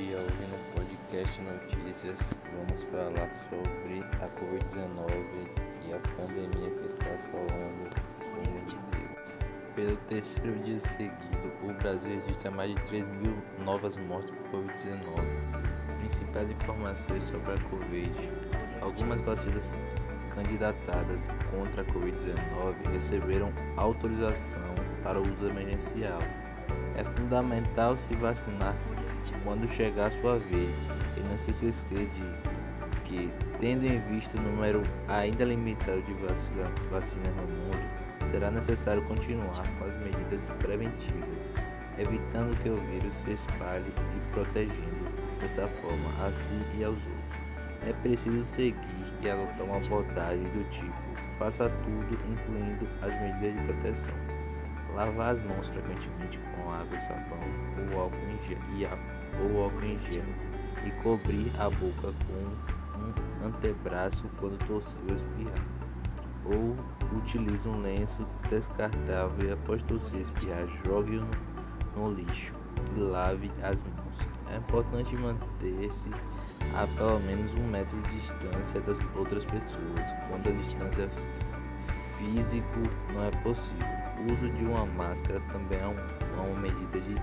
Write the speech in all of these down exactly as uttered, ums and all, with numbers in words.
dia, hoje no podcast Notícias vamos falar sobre a covid dezenove e a pandemia que está assolando o mundo inteiro. Pelo terceiro dia seguido, o Brasil registra mais de três mil novas mortes por covid dezenove. Principais informações sobre a Covid: algumas vacinas candidatadas contra a covid dezenove receberam autorização para uso emergencial. É fundamental se vacinar quando chegar a sua vez e não se esquecer de que, tendo em vista o número ainda limitado de vacina, vacinas no mundo, será necessário continuar com as medidas preventivas, evitando que o vírus se espalhe e protegendo dessa forma a si e aos outros. É preciso seguir e adotar uma abordagem do tipo: faça tudo, incluindo as medidas de proteção. Lavar as mãos frequentemente com água e sabão ou álcool em gel, e, a, ou álcool em gel e cobrir a boca com um antebraço quando tossir ou espirrar. Ou utilize um lenço descartável e após tossir e espirrar, jogue-o no, no lixo e lave as mãos. É importante manter-se a pelo menos um metro de distância das outras pessoas, quando a distância física não é possível. O uso de uma máscara também é, um, é uma medida de,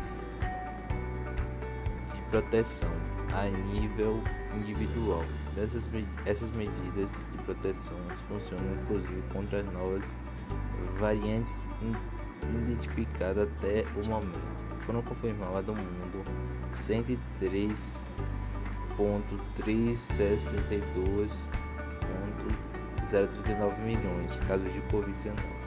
de proteção a nível individual. Dessas, essas medidas de proteção funcionam inclusive contra as novas variantes identificadas até o momento. Foram confirmadas no mundo cento e três milhões trezentos e sessenta e dois mil trinta e nove milhões de casos de covid dezenove.